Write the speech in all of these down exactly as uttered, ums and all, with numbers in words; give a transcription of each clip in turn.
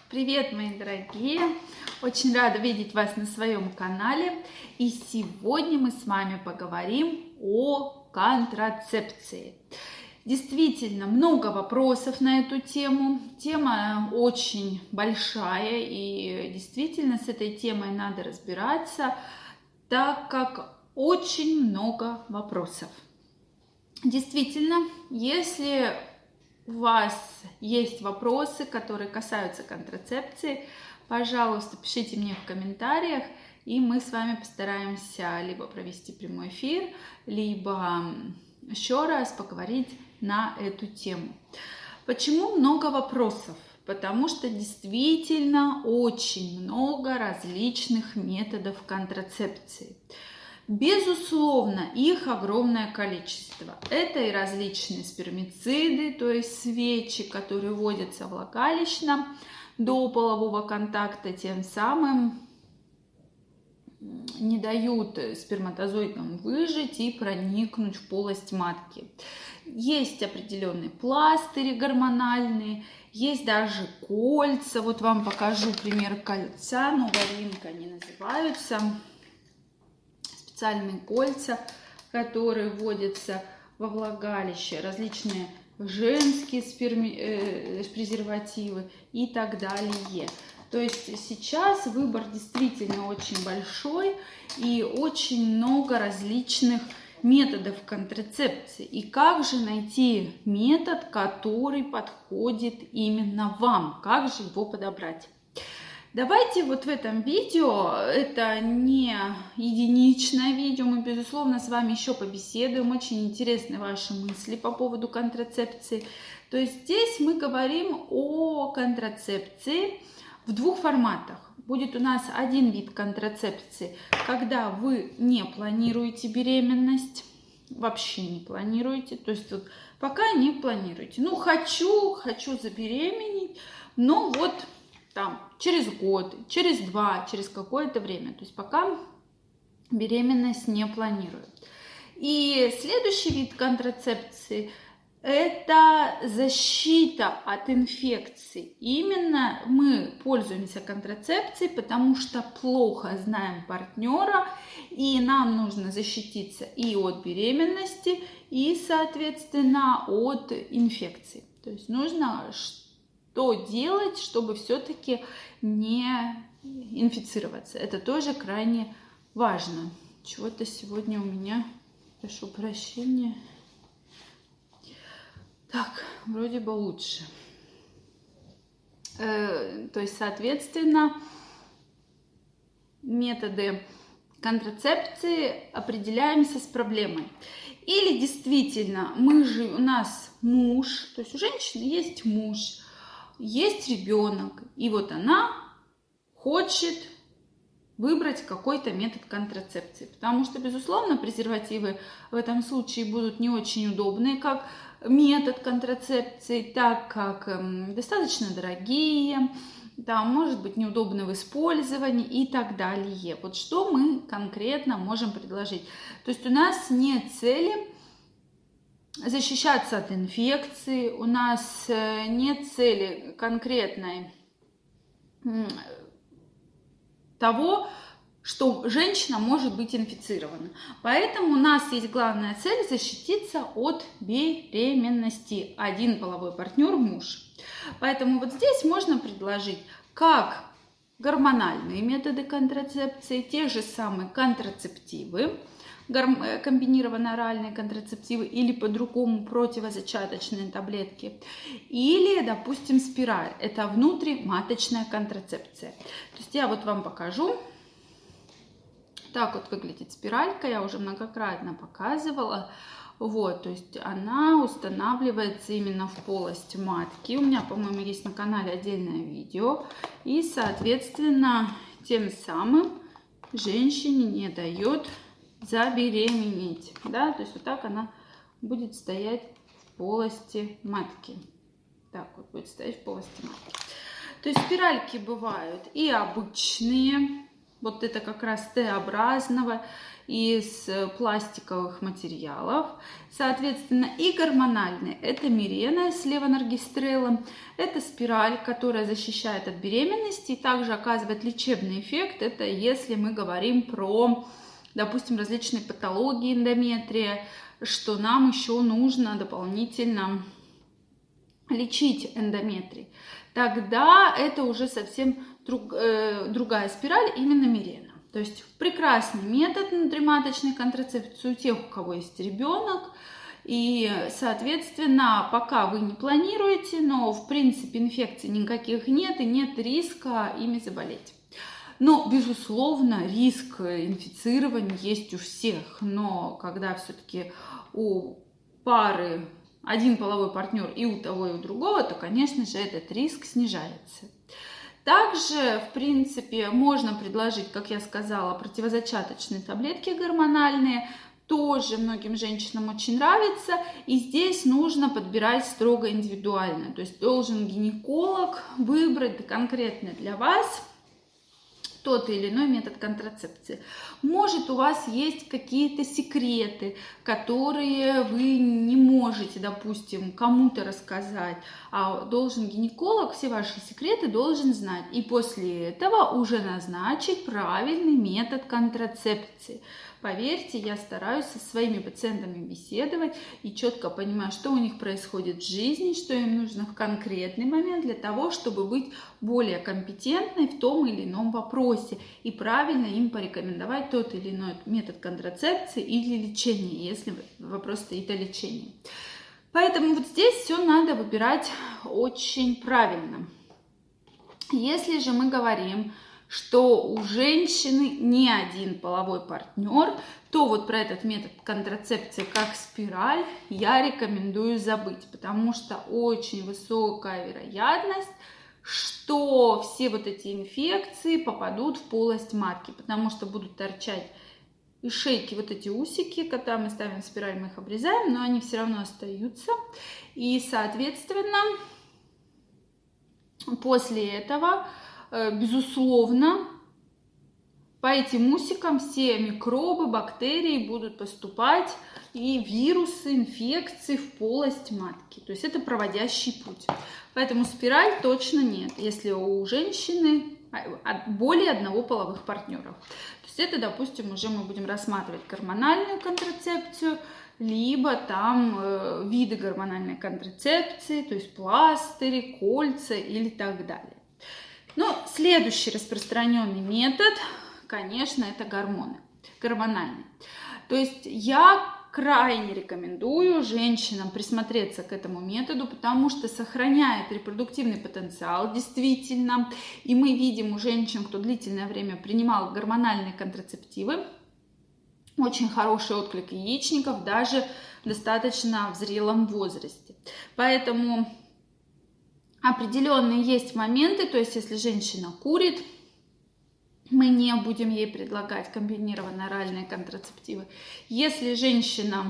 Привет, мои дорогие! Очень рада видеть вас на своем канале. И сегодня мы с вами поговорим о контрацепции. Действительно, много вопросов на эту тему. Тема очень большая, и действительно с этой темой надо разбираться, так как очень много вопросов. Действительно, если у вас есть вопросы, которые касаются контрацепции, пожалуйста, пишите мне в комментариях, и мы с вами постараемся либо провести прямой эфир, либо еще раз поговорить на эту тему. Почему много вопросов? Потому что действительно очень много различных методов контрацепции. Безусловно, их огромное количество. Это и различные спермициды, то есть свечи, которые вводятся влагалищно до полового контакта, тем самым не дают сперматозоидам выжить и проникнуть в полость матки. Есть определенные пластыри гормональные, есть даже кольца. Вот вам покажу пример кольца, новинка они называются. Специальные кольца, которые вводятся во влагалище, различные женские сперми, э, презервативы и так далее. То есть сейчас выбор действительно очень большой и очень много различных методов контрацепции. И как же найти метод, который подходит именно вам? Как же его подобрать? Давайте вот в этом видео, это не единичное видео, мы, безусловно, с вами еще побеседуем, очень интересны ваши мысли по поводу контрацепции. То есть здесь мы говорим о контрацепции в двух форматах. Будет у нас один вид контрацепции, когда вы не планируете беременность, вообще не планируете, то есть вот пока не планируете. Ну, хочу, хочу забеременеть, но вот там через год, через два, через какое-то время. То есть пока беременность не планируют. И следующий вид контрацепции – это защита от инфекций. Именно мы пользуемся контрацепцией, потому что плохо знаем партнера, и нам нужно защититься и от беременности, и, соответственно, от инфекций. То есть нужно что делать, чтобы все-таки не инфицироваться. Это тоже крайне важно. Чего-то сегодня у меня, прошу прощения. Так, вроде бы лучше. Э, то есть, соответственно, методы контрацепции определяемся с проблемой. Или действительно, мы же, у нас муж, то есть у женщины есть муж, есть ребенок, и вот она хочет выбрать какой-то метод контрацепции, потому что, безусловно, презервативы в этом случае будут не очень удобные как метод контрацепции, так как эм, достаточно дорогие, там, может быть, неудобны в использовании и так далее. Вот что мы конкретно можем предложить. То есть у нас нет цели защищаться от инфекции, у нас нет цели конкретной того, что женщина может быть инфицирована. Поэтому у нас есть главная цель защититься от беременности. Один половой партнер – муж. Поэтому вот здесь можно предложить как гормональные методы контрацепции, те же самые контрацептивы, комбинированно-оральные контрацептивы или по-другому противозачаточные таблетки, или, допустим, спираль. Это внутриматочная контрацепция. То есть я вот вам покажу. Так вот выглядит спиралька, я уже многократно показывала. Вот, то есть она устанавливается именно в полость матки. У меня, по-моему, есть на канале отдельное видео. И, соответственно, тем самым женщине не дает забеременеть, да, то есть вот так она будет стоять в полости матки. Так вот будет стоять в полости матки. То есть спиральки бывают и обычные, вот это как раз Т-образного, из пластиковых материалов. Соответственно, и гормональные — это Мирена с левоноргестрелом. Это спираль, которая защищает от беременности и также оказывает лечебный эффект. Это если мы говорим про, допустим, различные патологии эндометрия, что нам еще нужно дополнительно лечить эндометрий. Тогда это уже совсем друг, э, другая спираль, именно Мирена. То есть прекрасный метод внутриматочной контрацепции у тех, у кого есть ребенок. И, соответственно, пока вы не планируете, но в принципе инфекций никаких нет и нет риска ими заболеть. Но, безусловно, риск инфицирования есть у всех. Но когда все-таки у пары один половой партнер и у того, и у другого, то, конечно же, этот риск снижается. Также, в принципе, можно предложить, как я сказала, противозачаточные таблетки гормональные. Тоже многим женщинам очень нравится. И здесь нужно подбирать строго индивидуально. То есть должен гинеколог выбрать конкретно для вас тот или иной метод контрацепции. Может, у вас есть какие-то секреты, которые вы не можете, допустим, кому-то рассказать, а должен гинеколог все ваши секреты должен знать. И после этого уже назначить правильный метод контрацепции. Поверьте, я стараюсь со своими пациентами беседовать и четко понимаю, что у них происходит в жизни, что им нужно в конкретный момент для того, чтобы быть более компетентной в том или ином вопросе и правильно им порекомендовать тот или иной метод контрацепции или лечения, если вопрос стоит о лечении. Поэтому вот здесь все надо выбирать очень правильно. Если же мы говорим, что у женщины не один половой партнер, то вот про этот метод контрацепции как спираль я рекомендую забыть, потому что очень высокая вероятность, что все вот эти инфекции попадут в полость матки, потому что будут торчать из шейки вот эти усики, когда мы ставим спираль, мы их обрезаем, но они все равно остаются. И, соответственно, после этого, безусловно, по этим усикам все микробы, бактерии будут поступать и вирусы, инфекции в полость матки. То есть это проводящий путь. Поэтому спираль точно нет, если у женщины более одного половых партнеров. То есть это, допустим, уже мы будем рассматривать гормональную контрацепцию, либо там э, виды гормональной контрацепции, то есть пластыри, кольца или так далее. Но следующий распространенный метод, конечно, это гормоны, гормональные. То есть я крайне рекомендую женщинам присмотреться к этому методу, потому что сохраняет репродуктивный потенциал действительно. И мы видим у женщин, кто длительное время принимал гормональные контрацептивы, очень хороший отклик яичников даже в достаточно в зрелом возрасте. Поэтому определенные есть моменты, то есть если женщина курит, мы не будем ей предлагать комбинированные оральные контрацептивы. Если женщина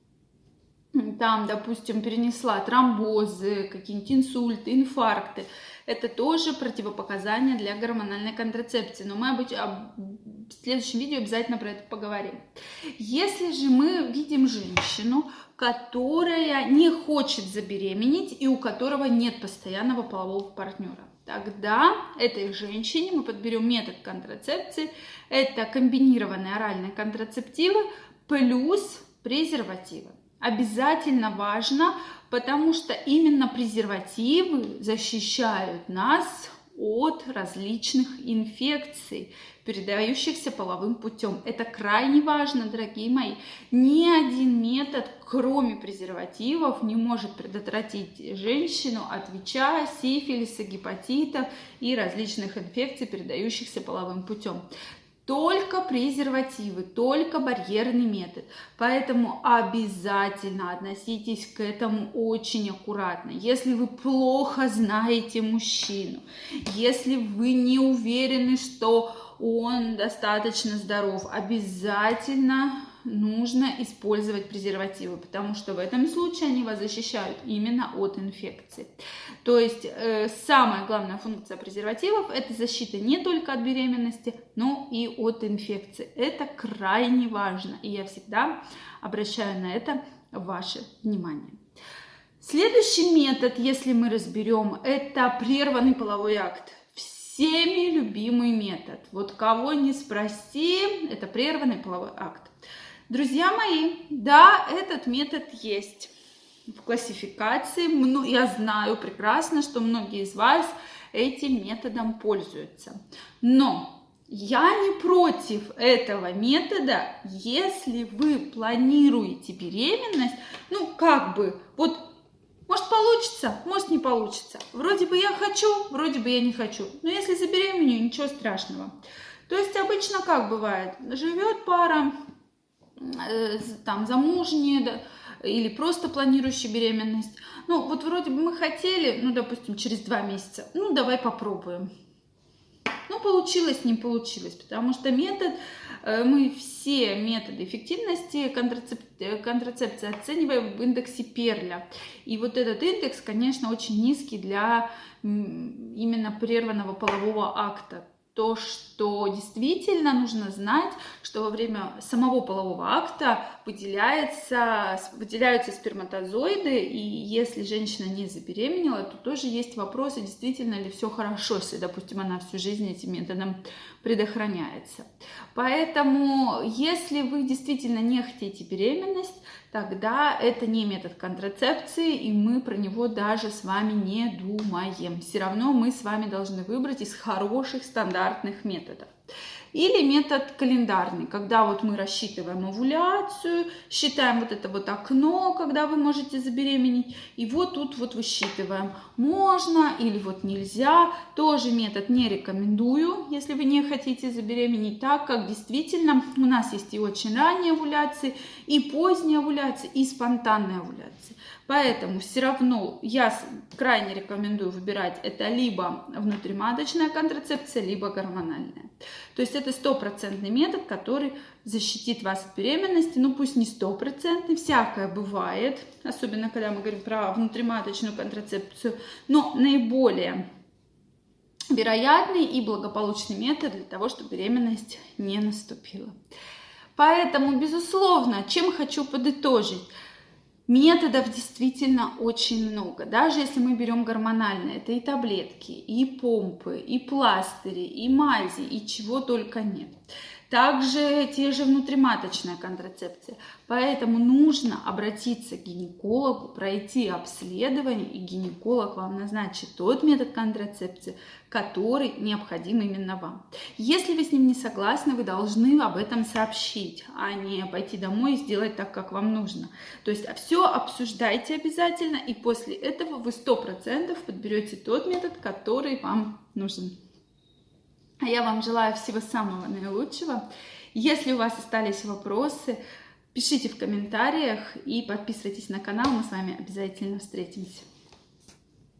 там, допустим, перенесла тромбозы, какие-нибудь инсульты, инфаркты, это тоже противопоказания для гормональной контрацепции. Но мы обычно в следующем видео обязательно про это поговорим. Если же мы видим женщину, которая не хочет забеременеть и у которого нет постоянного полового партнера, тогда этой женщине мы подберем метод контрацепции. Это комбинированные оральные контрацептивы плюс презервативы. Обязательно важно, потому что именно презервативы защищают нас от различных инфекций, передающихся половым путем. Это крайне важно, дорогие мои. Ни один метод, кроме презервативов, не может предотвратить женщину от ВИЧа, сифилиса, гепатитов и различных инфекций, передающихся половым путем. Только презервативы, только барьерный метод. Поэтому обязательно относитесь к этому очень аккуратно. Если вы плохо знаете мужчину, если вы не уверены, что он достаточно здоров, обязательно нужно использовать презервативы, потому что в этом случае они вас защищают именно от инфекции. То есть э, самая главная функция презервативов – это защита не только от беременности, но и от инфекции. Это крайне важно, и я всегда обращаю на это ваше внимание. Следующий метод, если мы разберем, это прерванный половой акт. Всеми любимый метод. Вот кого не спроси, это прерванный половой акт. Друзья мои, да, этот метод есть в классификации. Я знаю прекрасно, что многие из вас этим методом пользуются. Но я не против этого метода, если вы планируете беременность, ну как бы, вот может получится, может не получится. Вроде бы я хочу, вроде бы я не хочу. Но если забеременею, ничего страшного. То есть обычно как бывает, живет пара, э, там замужняя, да, или просто планирующая беременность. Ну вот вроде бы мы хотели, ну допустим через два месяца, ну давай попробуем. Ну получилось, не получилось, потому что метод, э, мы все методы эффективности контрацеп- контрацепции оцениваем в индексе Перля. И вот этот индекс, конечно, очень низкий для м, именно прерванного полового акта. То, что действительно нужно знать, что во время самого полового акта выделяется, выделяются сперматозоиды, и если женщина не забеременела, то тоже есть вопросы, действительно ли все хорошо, если, допустим, она всю жизнь этим методом предохраняется. Поэтому, если вы действительно не хотите беременность, тогда это не метод контрацепции, и мы про него даже с вами не думаем. Все равно мы с вами должны выбрать из хороших стандартных методов. Или метод календарный, когда вот мы рассчитываем овуляцию, считаем вот это вот окно, когда вы можете забеременеть, и вот тут вот высчитываем, можно или вот нельзя. Тоже метод не рекомендую, если вы не хотите забеременеть, так как действительно у нас есть и очень ранние овуляции, и поздние овуляции, и спонтанные овуляции. Поэтому все равно я крайне рекомендую выбирать это либо внутриматочная контрацепция, либо гормональная. То есть это стопроцентный метод, который защитит вас от беременности. Ну пусть не стопроцентный, всякое бывает, особенно когда мы говорим про внутриматочную контрацепцию, но наиболее вероятный и благополучный метод для того, чтобы беременность не наступила. Поэтому, безусловно, чем хочу подытожить. Методов действительно очень много. Даже если мы берем гормональные, это и таблетки, и помпы, и пластыри, и мази, и чего только нет. Также те же внутриматочная контрацепция. Поэтому нужно обратиться к гинекологу, пройти обследование, и гинеколог вам назначит тот метод контрацепции, который необходим именно вам. Если вы с ним не согласны, вы должны об этом сообщить, а не пойти домой и сделать так, как вам нужно. То есть все обсуждайте обязательно, и после этого вы сто процентов подберете тот метод, который вам нужен. А я вам желаю всего самого наилучшего. Если у вас остались вопросы, пишите в комментариях и подписывайтесь на канал. Мы с вами обязательно встретимся.